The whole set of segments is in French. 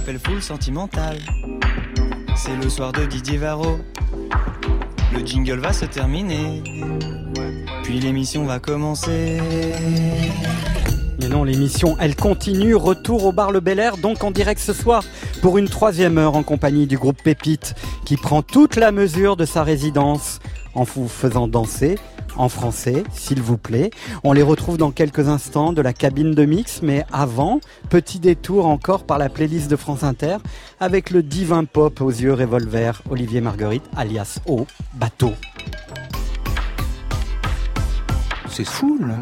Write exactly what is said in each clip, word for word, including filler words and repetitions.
s'appelle Full Sentimental. C'est le soir de Didier Varro. Le jingle va se terminer, puis l'émission va commencer. Mais non, l'émission, elle continue. Retour au bar Le Bel Air, donc en direct ce soir pour une troisième heure en compagnie du groupe Pépite qui prend toute la mesure de sa résidence en vous faisant danser en français, s'il vous plaît. On les retrouve dans quelques instants de la cabine de mix, mais avant, petit détour encore par la playlist de France Inter avec le divin pop aux yeux revolver, Olivier Marguerite, alias O, Bateau. C'est fou, là.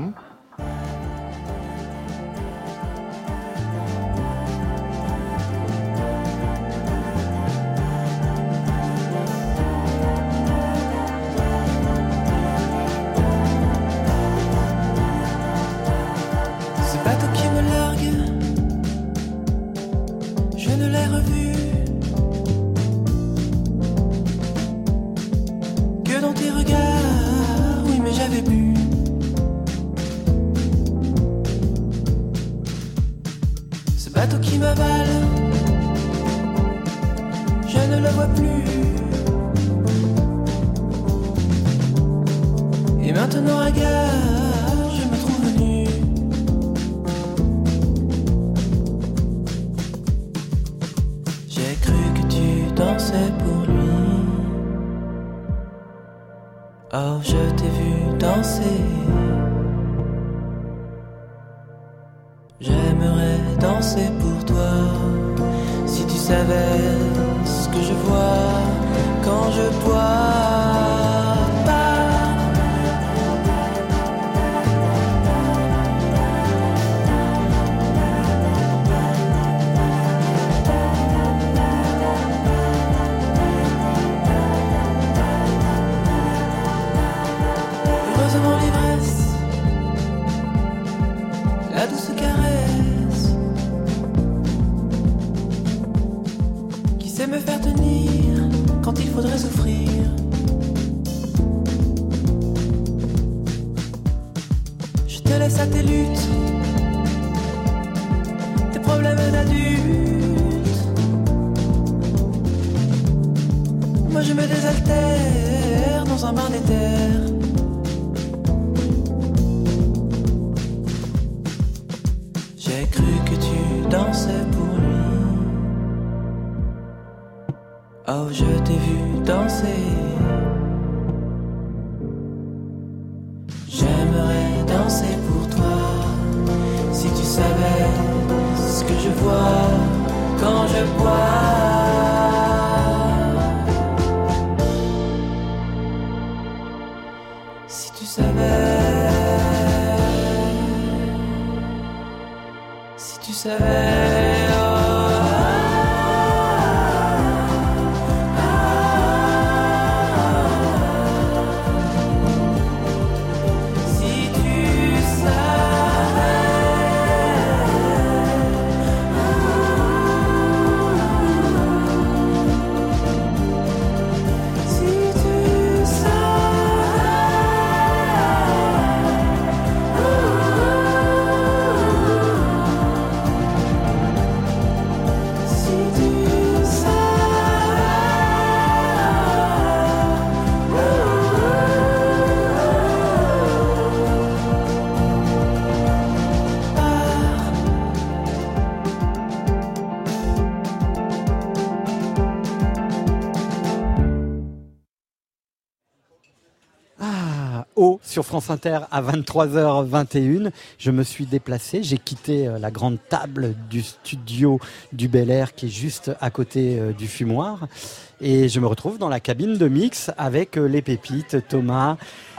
Sur France Inter à vingt-trois heures vingt et une, je me suis déplacé, j'ai quitté la grande table du studio du Bel Air qui est juste à côté du fumoir et je me retrouve dans la cabine de mix avec les pépites Thomas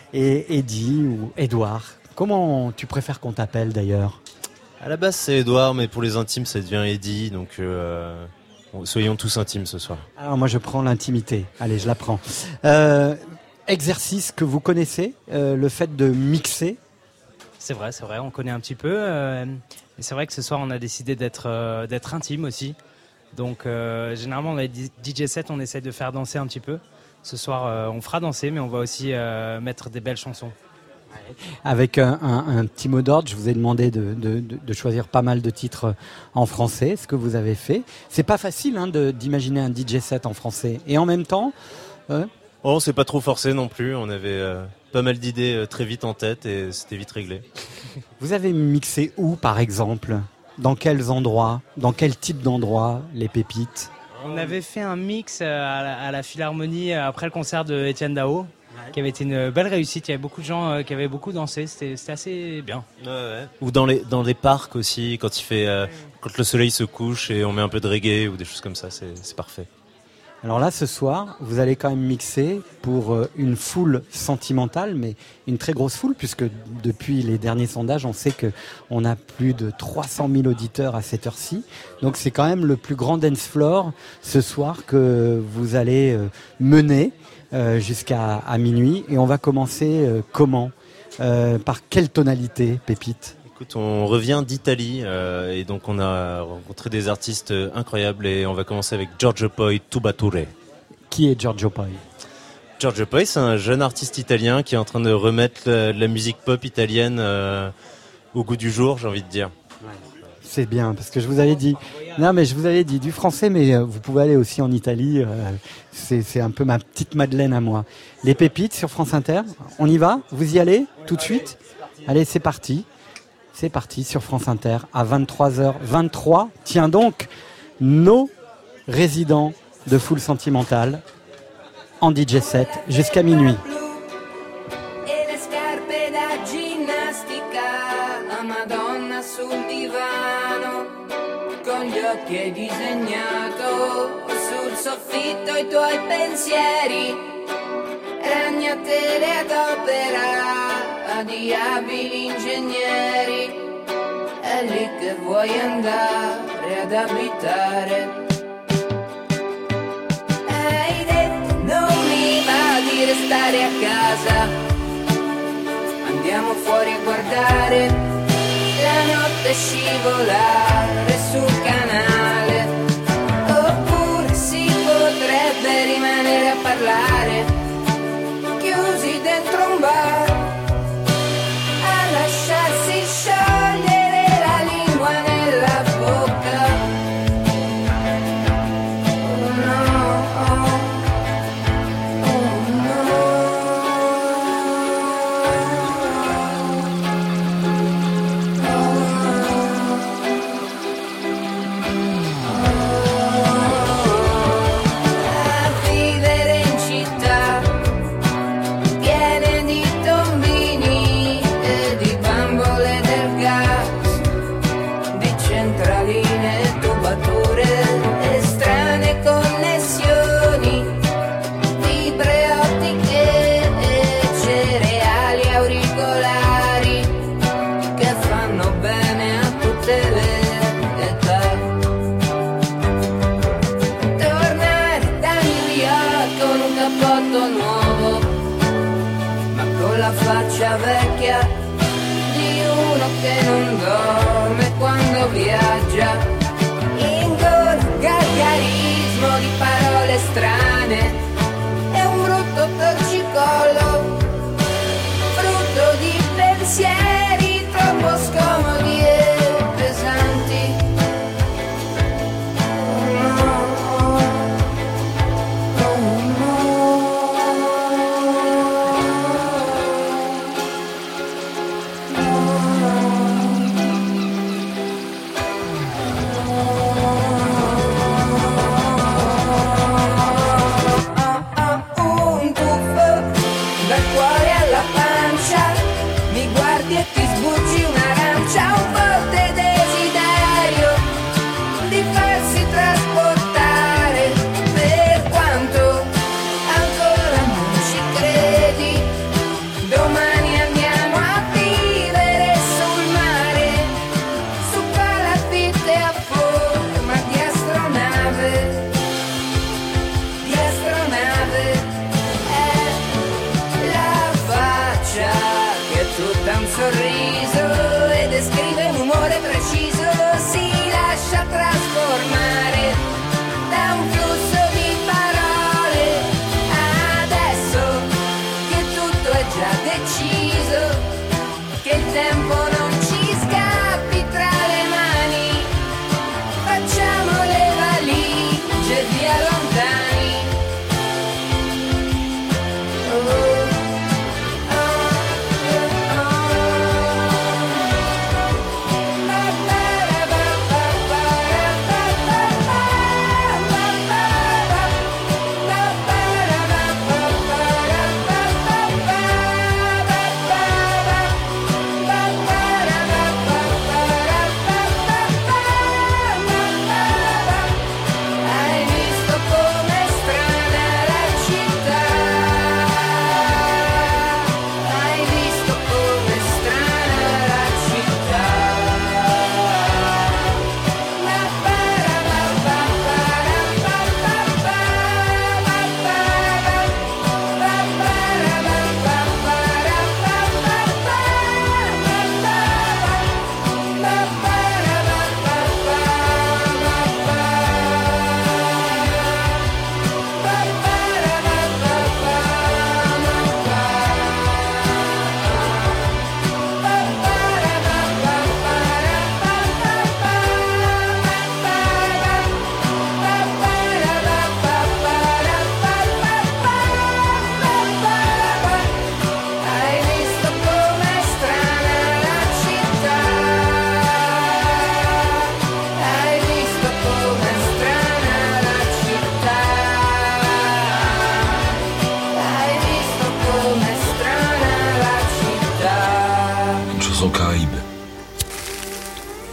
et Eddy ou Edouard. Comment tu préfères qu'on t'appelle d'ailleurs ? À la base c'est Edouard, mais pour les intimes ça devient Eddy, donc euh, soyons tous intimes ce soir. Alors moi je prends l'intimité, allez je la prends. Euh, Exercice que vous connaissez, euh, le fait de mixer. C'est vrai, c'est vrai, on connaît un petit peu. Euh, et c'est vrai que ce soir, on a décidé d'être, euh, d'être intime aussi. Donc, euh, généralement, dans les D J sets, on essaie de faire danser un petit peu. Ce soir, euh, on fera danser, mais on va aussi euh, mettre des belles chansons. Avec un, un, un petit mot d'ordre, je vous ai demandé de, de, de, de choisir pas mal de titres en français, ce que vous avez fait. C'est pas facile hein, de, d'imaginer un D J set en français. Et en même temps... Euh... Oh, c'est pas trop forcé non plus. On avait euh, pas mal d'idées euh, très vite en tête et c'était vite réglé. Vous avez mixé où, par exemple ? Dans quels endroits ? Dans quel type d'endroits, les pépites ? On avait fait un mix à la, à la Philharmonie après le concert de Étienne Dao, ouais. Qui avait été une belle réussite. Il y avait beaucoup de gens euh, qui avaient beaucoup dansé. C'était, c'était assez bien. Ouais, ouais. Ou dans les dans les parcs aussi, quand il fait euh, quand le soleil se couche et on met un peu de reggae ou des choses comme ça, c'est c'est parfait. Alors là, ce soir, vous allez quand même mixer pour une foule sentimentale, mais une très grosse foule, puisque depuis les derniers sondages, on sait qu'on a plus de trois cent mille auditeurs à cette heure-ci. Donc c'est quand même le plus grand dance floor ce soir que vous allez mener jusqu'à à minuit. Et on va commencer comment ? euh, Par quelle tonalité, Pépite ? Écoute, on revient d'Italie euh, et donc on a rencontré des artistes incroyables et on va commencer avec Giorgio Poi Tubature. Qui est Giorgio Poi ? Giorgio Poi, c'est un jeune artiste italien qui est en train de remettre la, la musique pop italienne euh, au goût du jour, j'ai envie de dire. C'est bien, parce que je vous avais dit, non mais je vous avais dit du français, mais vous pouvez aller aussi en Italie, euh, c'est, c'est un peu ma petite Madeleine à moi. Les pépites sur France Inter, on y va ? Vous y allez tout de suite ? Allez, c'est parti. C'est parti sur France Inter à vingt-trois heures vingt-trois. Tiens donc, nos résidents de Foule Sentimentale en D J set jusqu'à minuit. E le scarpe da ginnastica, la Madonna sul divano, con gli occhi hai disegnato sul soffitto i tuoi pensieri, ragnatele ad opera di abili ingegneri, è lì che vuoi andare ad abitare. Hai detto non mi va di restare a casa, andiamo fuori a guardare la notte scivolare sul canale, oppure si potrebbe rimanere a parlare chiusi dentro un bar, a lasciarsi sciogliere la lingua nella bocca. Oh no, oh no. A vivere in città piene di tombini e di bambole del gas, di centraline e tubature e strane connessioni, fibre ottiche e cereali auricolari che fanno bene a tutte le età. Tornare da New York con un cappotto nuovo, ma con la faccia vecchia di uno che non dorme quando viaggia, in gola gargarismo di parole strane e un brutto torcicollo, frutto di pensieri troppo scomodi e pesanti. Oh no, oh no.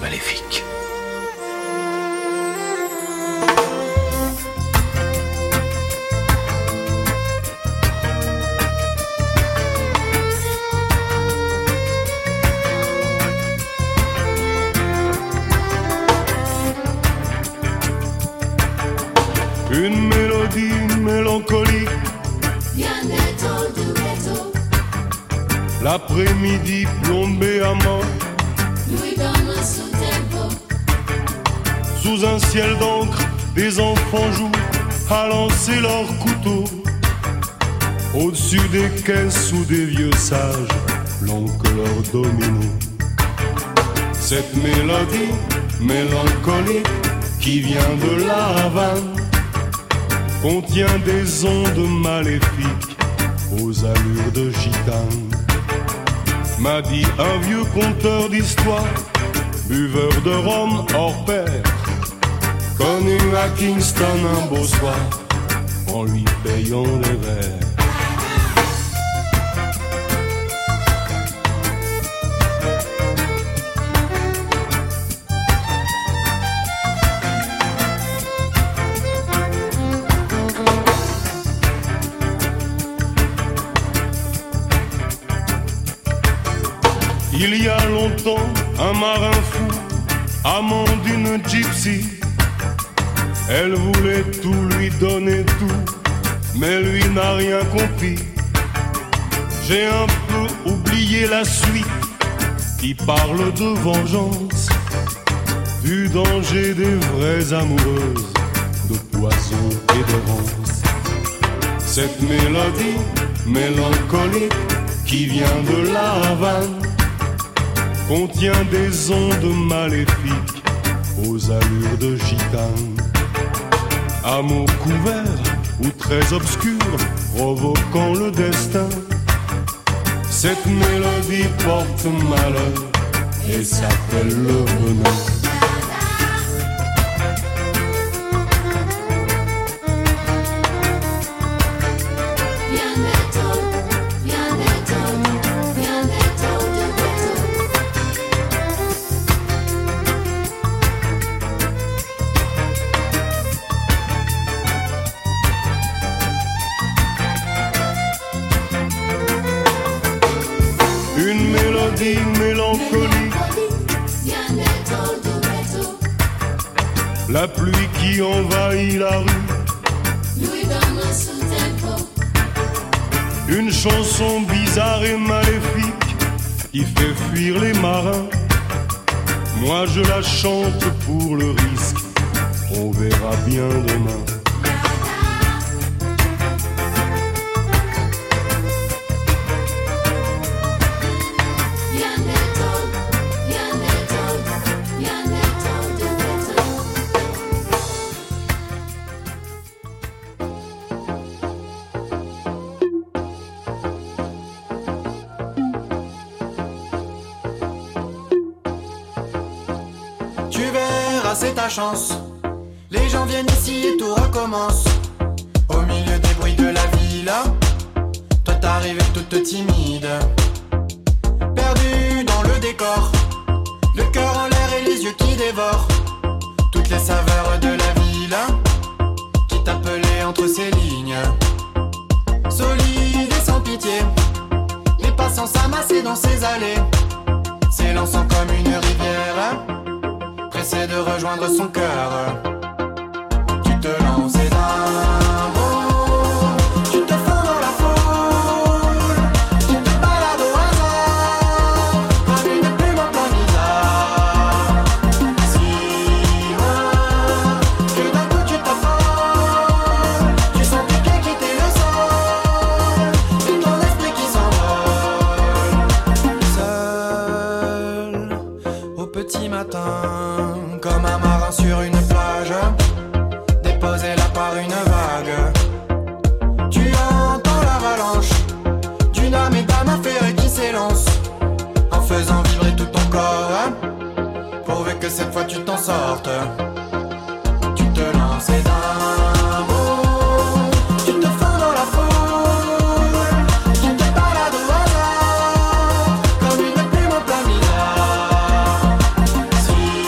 maléfique. Une mélodie mélancolique, l'après-midi plombé à mort, sous un ciel d'encre, des enfants jouent à lancer leurs couteaux. Au-dessus des caisses ou des vieux sages planquent leurs dominos. Cette mélodie mélancolique qui vient de la Havane contient des ondes maléfiques aux allures de gitane. M'a dit un vieux conteur d'histoire, buveur de rhum hors pair, connu à Kingston un beau soir en lui payant les verres. Il y a longtemps, un marin fou, amant d'une gypsy, elle voulait tout lui donner tout, mais lui n'a rien compris. J'ai un peu oublié la suite, qui parle de vengeance, du danger des vraies amoureuses, de poison et de rance. Cette mélodie mélancolique qui vient de la Havane contient des ondes maléfiques aux allures de gitane. Amour couvert ou très obscur, provoquant le destin. Cette mélodie porte malheur et s'appelle le bonheur. Une mélodie mélancolique, la pluie qui envahit la rue, une chanson bizarre et maléfique qui fait fuir les marins. Moi je la chante pour le risque, on verra bien demain. C'est ta chance. Les gens viennent ici et tout recommence. Au milieu des bruits de la ville, toi t'arrives toute timide, perdue dans le décor, le cœur en l'air et les yeux qui dévorent toutes les saveurs de la ville qui t'appelait entre ces lignes. Solide et sans pitié, les passants s'amassaient dans ses allées, s'élançant comme une rivière, pressé de rejoindre son cœur. Tu te lances d'un bond, tu te fonds dans la foule, tu te balades au hasard, comme une plume en plein bizarre. Si loin, que d'un coup tu t'affoles, tu sens piquer quitter le sol, c'est ton esprit qui s'envole. Seul, au petit matin, comme un marin sur une plage, déposé là par une vague. Tu entends l'avalanche d'une âme et d'âme affairée qui s'élance, en faisant vibrer tout ton corps, pourvu que cette fois tu t'en sortes. Tu te lances d'un bond, tu te fonds dans la foule, tu te balades au hasard, comme une plume en plein milliard. Si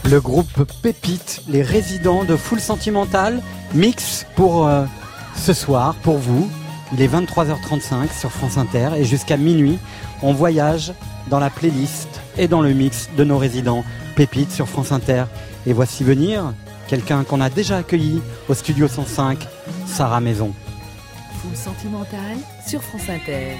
Le groupe Pépite, les résidents de Full Sentimental, mix pour euh, ce soir, pour vous. Il est vingt-trois heures trente-cinq sur France Inter et jusqu'à minuit, on voyage dans la playlist et dans le mix de nos résidents Pépite sur France Inter. Et voici venir quelqu'un qu'on a déjà accueilli au Studio cent cinq, Sarah Maison. Full Sentimental sur France Inter.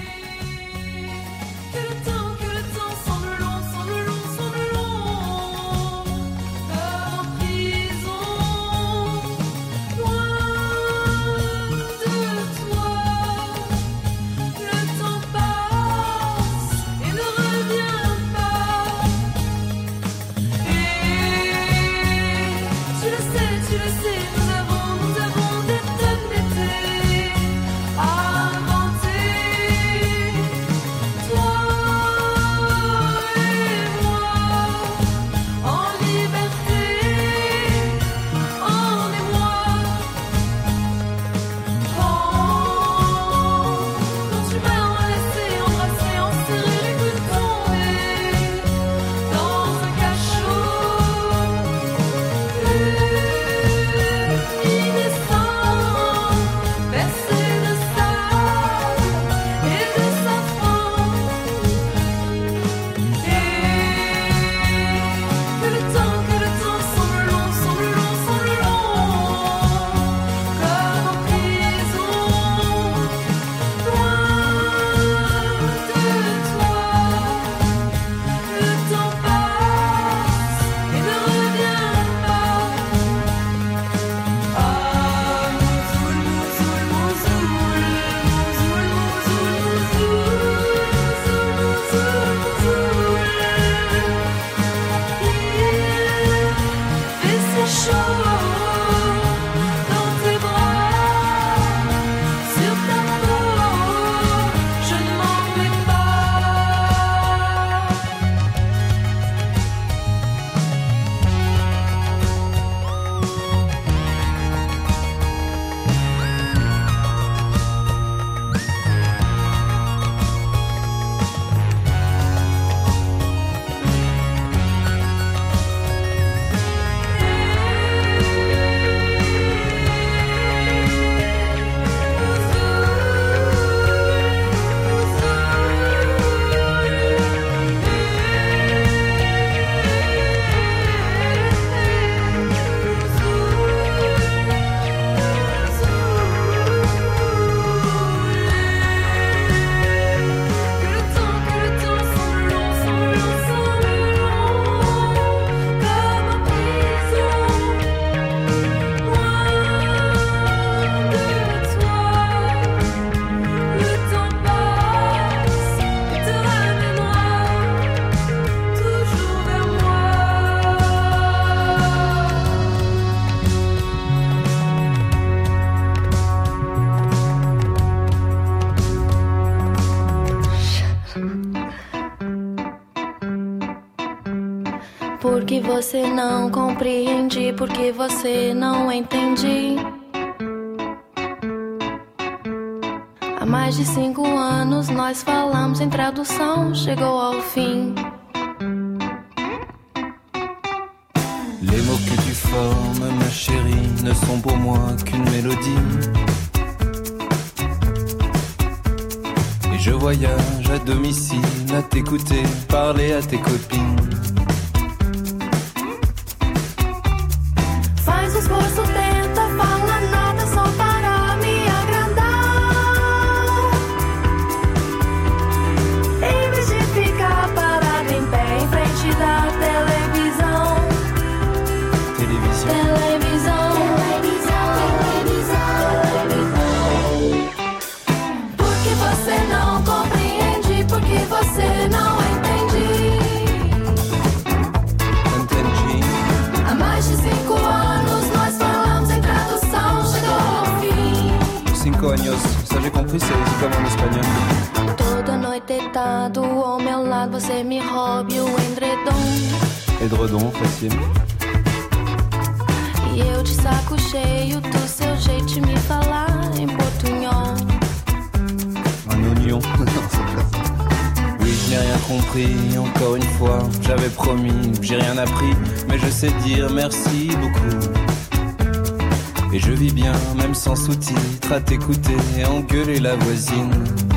Porque você não compreende, porque você não entende. Há mais de cinco anos nós falamos em tradução, chegou ao fim. Les mots que tu formes, ma chérie, ne sont pour moi qu'une mélodie. Et je voyage à domicile, à t'écouter, parler à tes copines. Faz o esforço, tenta, fala nada só para me agradar. Em vez de ficar parado em pé em frente da televisão. Télévision. Televisão. Televisão. Televisão. Porque você não compreende, porque você não entende. Entendi. Há mais de cinco anos nós falamos em tradução, chegou ao fim. Cinco años, ça j'ai compris, c'est c'est comme en espagnol. Toda noite deitado ao meu lado, você me rouba o edredom. Edredon, facile. E eu de saco cheio do seu jeito de me falar em portunhol. Un oignon. Non, c'est pas ça. Oui, n'ai rien compris, encore une fois, j'avais promis, j'ai rien appris, mais je sais dire merci beaucoup. Et je vis bien, même sans sous-titres, à t'écouter et engueuler la voisine.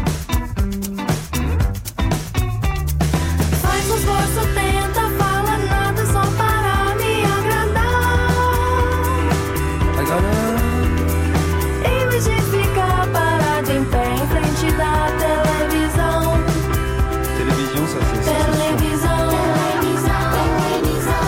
Faz um esforço, tenta, fala nada, só para me agradar. Agradar. Em vez de ficar parado em pé em frente da televisão. Télévision, ça c'est ça. Televisão, televisão,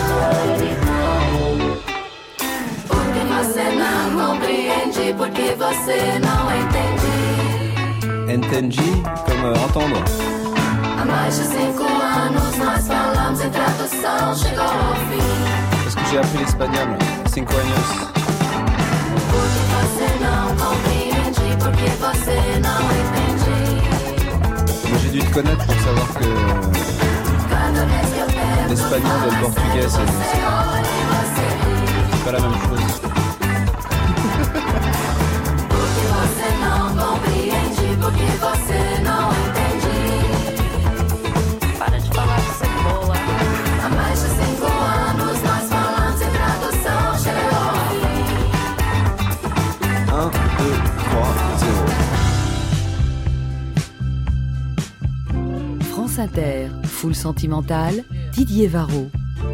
televisão. Porque você não compreende, porque você não entende. Entendi, comme euh, entendre. Há mais de cinco anos nós falamos em tradução, chegou ao fim. Parce que j'ai appris l'espagnol, cinco años. Porque você não compreende, porque você não entende. Mais j'ai dû te connaître pour savoir que Cada vez que eu tento l'espagnol et le portugais c'est, c'est, c'est pas la même chose. Porque você não compreende, porque você não entende. Para de falar que você é boa. Há mais de cinco anos nós falamos em tradução, chegou ao fim. un, deux, trois, zéro. France Inter, Foule Sentimentale, Didier Varro.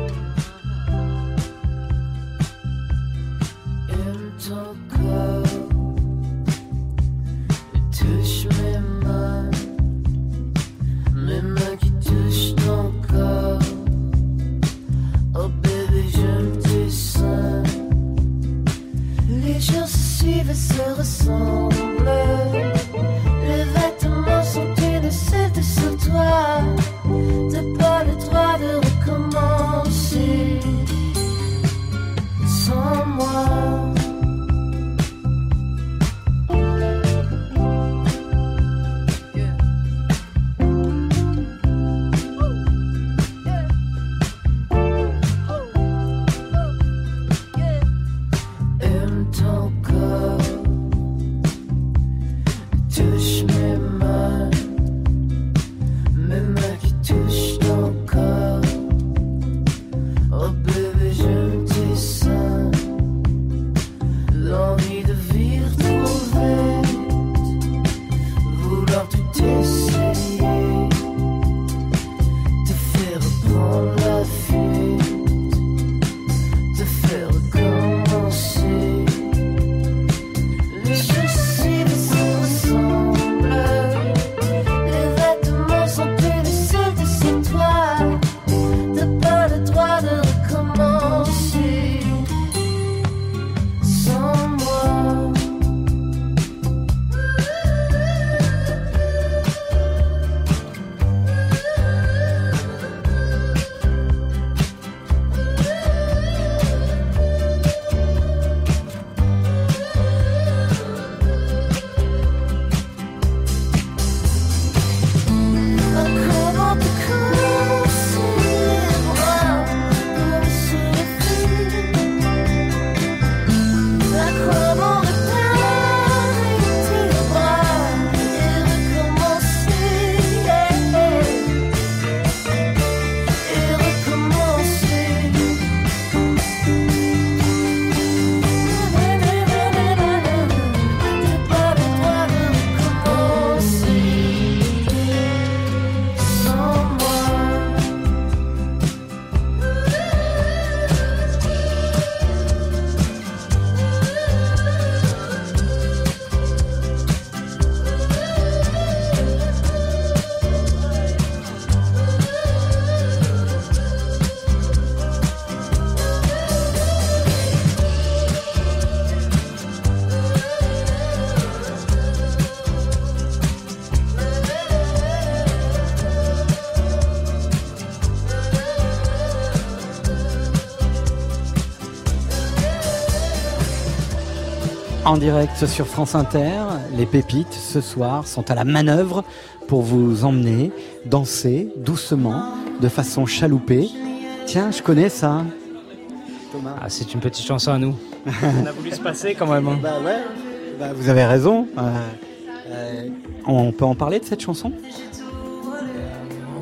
En direct sur France Inter, les pépites ce soir sont à la manœuvre pour vous emmener danser doucement, de façon chaloupée. Tiens, je connais ça. Thomas. Ah, c'est une petite chanson à nous. On a voulu se passer quand même. Hein. Bah ouais, bah vous avez raison. Euh, euh, on peut en parler de cette chanson ?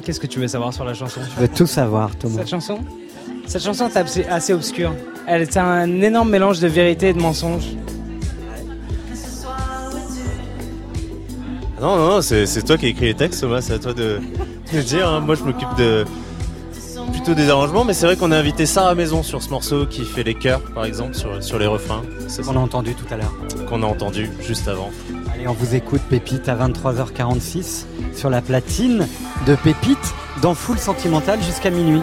Qu'est-ce que tu veux savoir sur la chanson? Je veux tout savoir, Thomas. Cette chanson Cette chanson est assez, assez obscure. Elle est un énorme mélange de vérité et de mensonge. Non, non, non, c'est, c'est toi qui as écrit les textes, Thomas, c'est à toi de, de dire. Hein. Moi, je m'occupe de plutôt des arrangements, mais c'est vrai qu'on a invité Sarah Maison sur ce morceau qui fait les chœurs, par exemple, sur, sur les refrains. C'est qu'on a entendu tout à l'heure. Qu'on a entendu juste avant. Allez, on vous écoute Pépite à vingt-trois heures quarante-six sur la platine de Pépite dans Full Sentimental jusqu'à minuit.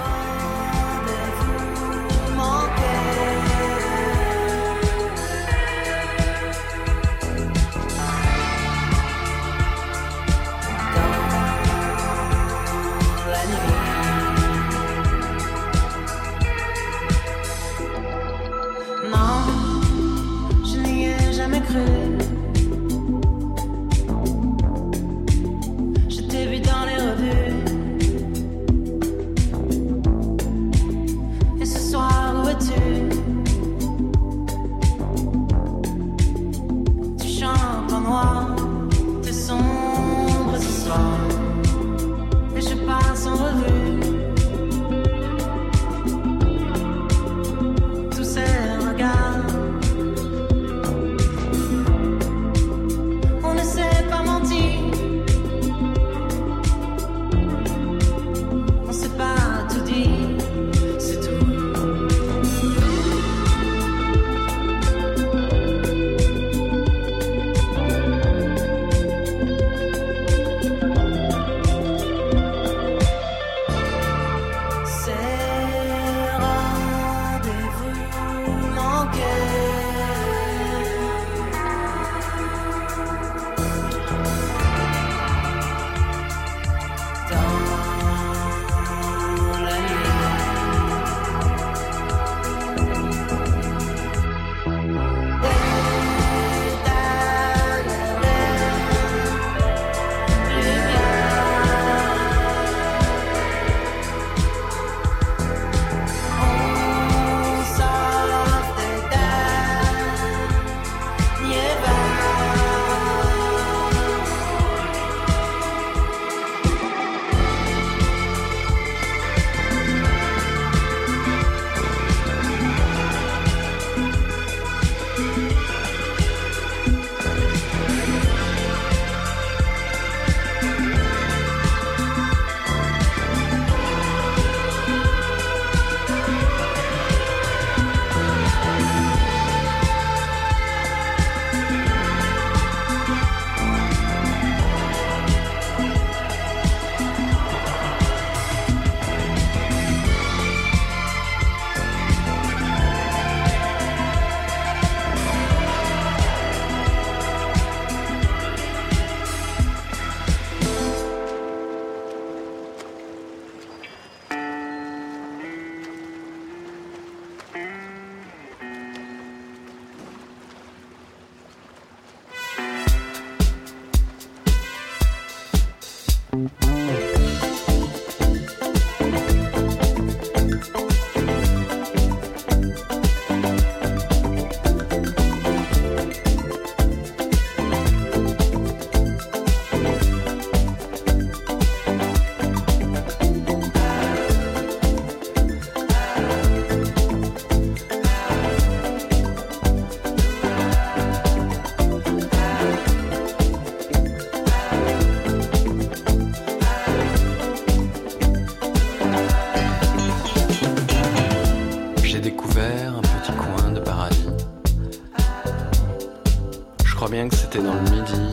bien que c'était dans le midi,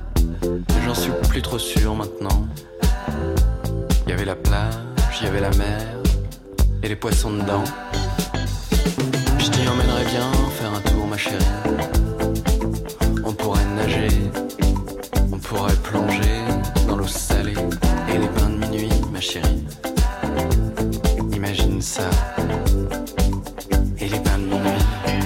mais j'en suis plus trop sûr maintenant. Il y avait la plage, il y avait la mer et les poissons dedans. Je t'y emmènerais bien faire un tour, ma chérie. On pourrait nager, on pourrait plonger dans l'eau salée et les bains de minuit, ma chérie. Imagine ça. Et les bains de minuit.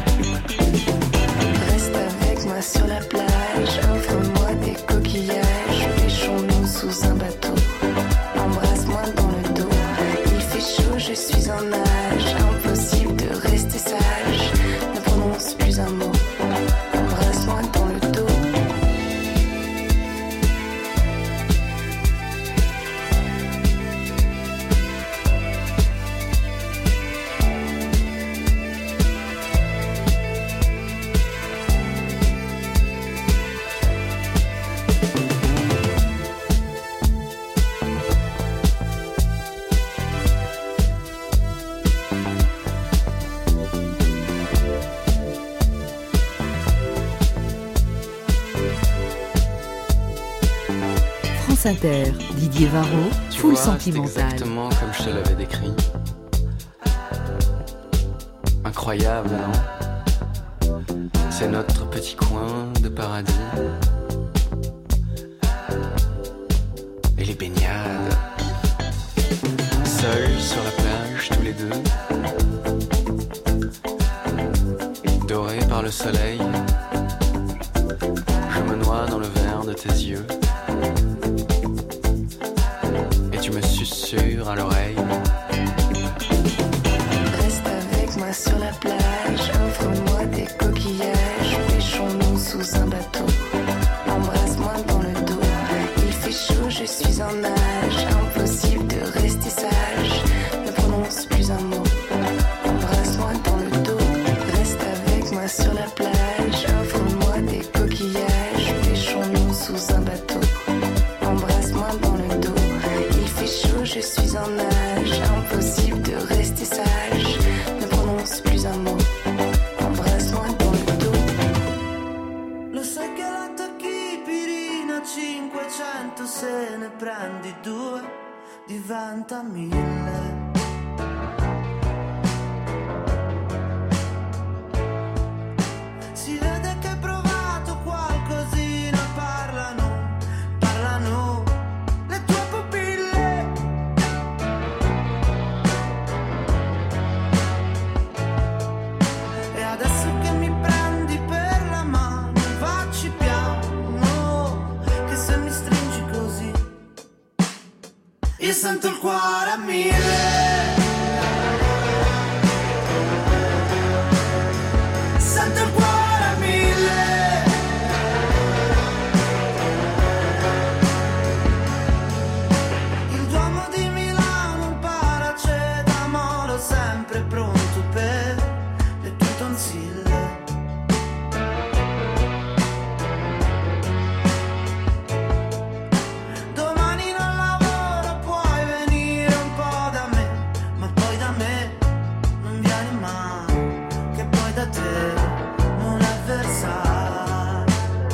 Reste avec moi sur la plage, offre-moi des coquillages, pêchons-nous sous un bateau. Embrasse-moi dans le dos, il fait chaud, je suis en nage. Impossible de rester sage, ne prononce plus un mot. Embrasse-moi dans le dos. France Inter, Didier Varro, Tu Full vois, c'est Sentimental. exactement comme je te l'avais décrit. Incroyable, non? C'est notre petit coin de paradis. Et les baignades. Seuls sur la plage, tous les deux. Dorés par le soleil. Je me noie dans le verre de tes yeux. Et tu me susurres à l'oreille. Reste avec moi sur la plage, offre-moi des coquillages, pêchons-nous sous un bateau. Embrasse-moi dans le dos, il fait chaud, je suis en nage, impossible de rester sage, ne prononce plus un mot. Embrasse-moi dans le dos, reste avec moi sur la plage, offre-moi des coquillages, pêchons-nous sous un bateau. Embrasse-moi dans le dos, il fait chaud, je suis en nage, impossible de rester sage, ne prononce plus un mot. Embrasse-moi dans le dos. Lo sai che la tocchi pirina cinquecento, se ne prendi due diventa mille. Si vede che hai provato qualcosina, parlano, parlano le tue pupille. E adesso che mi prendi per la mano, facci piano, che se mi stringi così, io sento il cuore a mille. Sento il cuore a mille. Il Duomo di Milano, un paracetamolo sempre pronto per le tue tonsille. Domani non lavoro, puoi venire un po' da me, ma poi da me non vieni mai, che poi da te non è Versailles.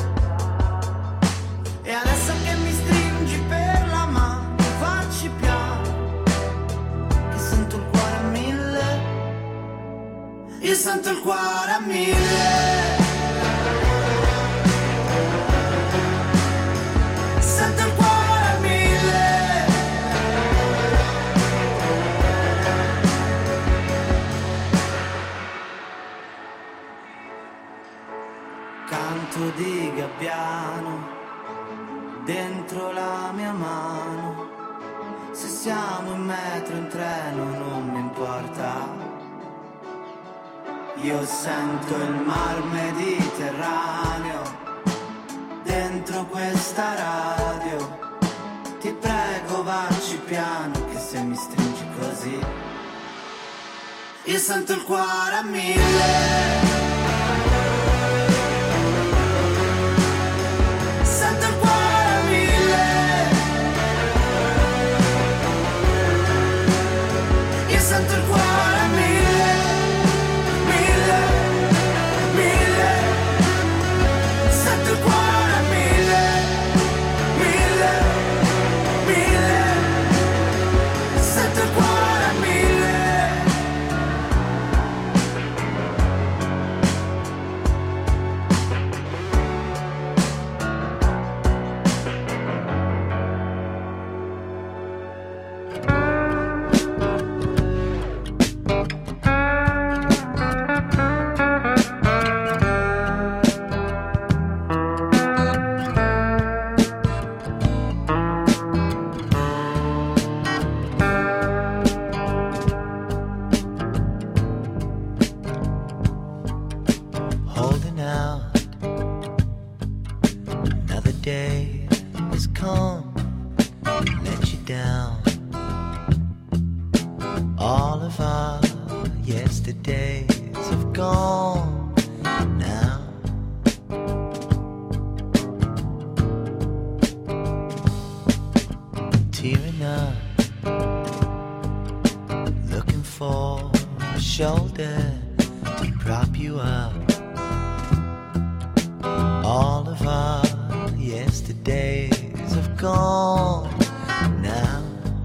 E adesso che mi stringi per la mano, facci piano, che sento il cuore a mille. Io sento il cuore a mille. Sento il cuore a mille. Canto di gabbiano dentro la mia mano. Se siamo in metro, in treno, non mi importa. Io sento il mar Mediterraneo dentro questa radio. Ti prego, vacci piano, che se mi stringi così, io sento il cuore a mille. Sento il cuore a mille. Io sento il cuore a mille. Mille, mille. Sento il cuore a mille. Mille, mille. Sento il cuore a mille. Holding out, another day has come, let you down. All of our yesterdays have gone now. Tearing up, looking for a shoulder to prop you up. All of our yesterdays have gone now.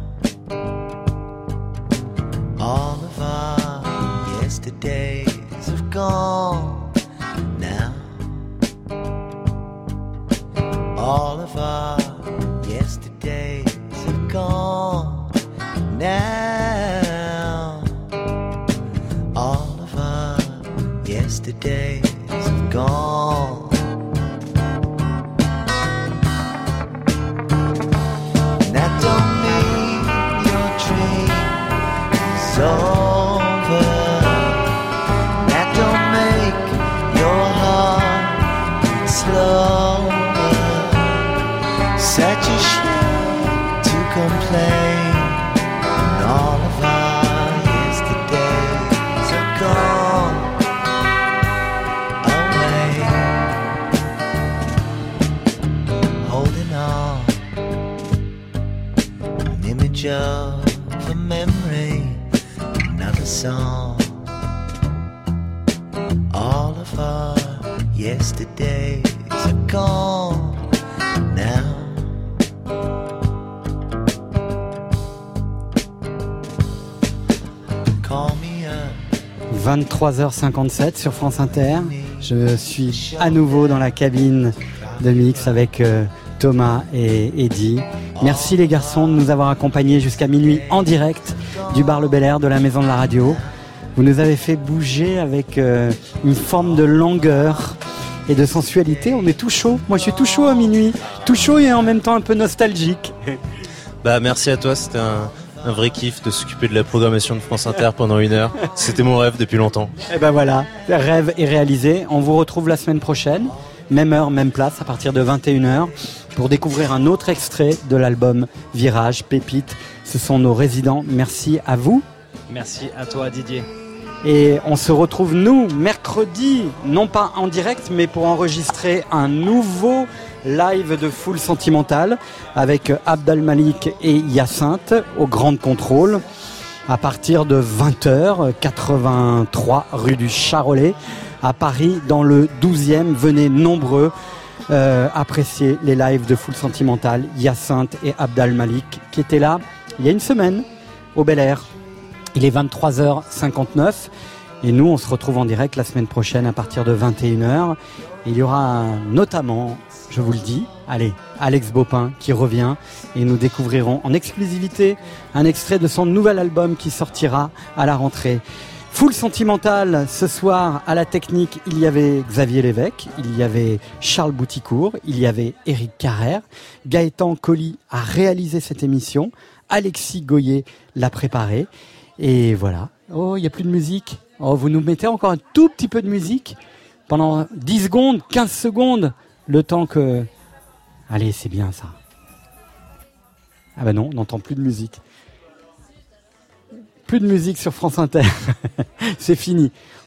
All of our yesterdays have gone now. All of our yesterdays have gone now. All of our yesterdays have gone. That don't mean your dream is over. That don't make your heart beat slower. Such a shame to complain when all of our yesterdays are gone away. Holding on, an image of a memory, another song. All of our yesterdays are gone now. vingt-trois heures cinquante-sept sur France Inter. Je suis à nouveau dans la cabine de mix avec euh, Thomas et Eddy. Merci les garçons de nous avoir accompagnés jusqu'à minuit en direct du bar Le Bel Air de la Maison de la Radio. Vous nous avez fait bouger avec euh, une forme de langueur et de sensualité. On est tout chaud. Moi je suis tout chaud à minuit. Tout chaud et en même temps un peu nostalgique. Bah merci à toi, c'était un... un vrai kiff de s'occuper de la programmation de France Inter pendant une heure. C'était mon rêve depuis longtemps. Et ben voilà, le rêve est réalisé. On vous retrouve la semaine prochaine, même heure, même place, à partir de vingt et une heures, pour découvrir un autre extrait de l'album Virage, Pépite. Ce sont nos résidents. Merci à vous. Merci à toi Didier. Et on se retrouve nous, mercredi, non pas en direct, mais pour enregistrer un nouveau live de Full Sentimental avec Abd Al-Malik et Hyacinthe au Grand Contrôle à partir de vingt heures, quatre-vingt-trois rue du Charolais à Paris dans le douzième. Venez nombreux euh, apprécier les lives de Full Sentimental, Hyacinthe et Abd Al-Malik qui étaient là il y a une semaine au Bel Air. Il est vingt-trois heures cinquante-neuf et nous on se retrouve en direct la semaine prochaine à partir de vingt et une heures. Il y aura notamment, je vous le dis, allez, Alex Baupin qui revient et nous découvrirons en exclusivité un extrait de son nouvel album qui sortira à la rentrée. Full Sentimental, ce soir à la technique, il y avait Xavier Lévesque, il y avait Charles Bouticourt, il y avait Éric Carrère, Gaëtan Colli a réalisé cette émission, Alexis Goyer l'a préparée et voilà. Oh, il n'y a plus de musique. Oh, vous nous mettez encore un tout petit peu de musique pendant dix secondes, quinze secondes, le temps que... Allez, c'est bien ça. Ah ben non, on n'entend plus de musique. Plus de musique sur France Inter. C'est fini.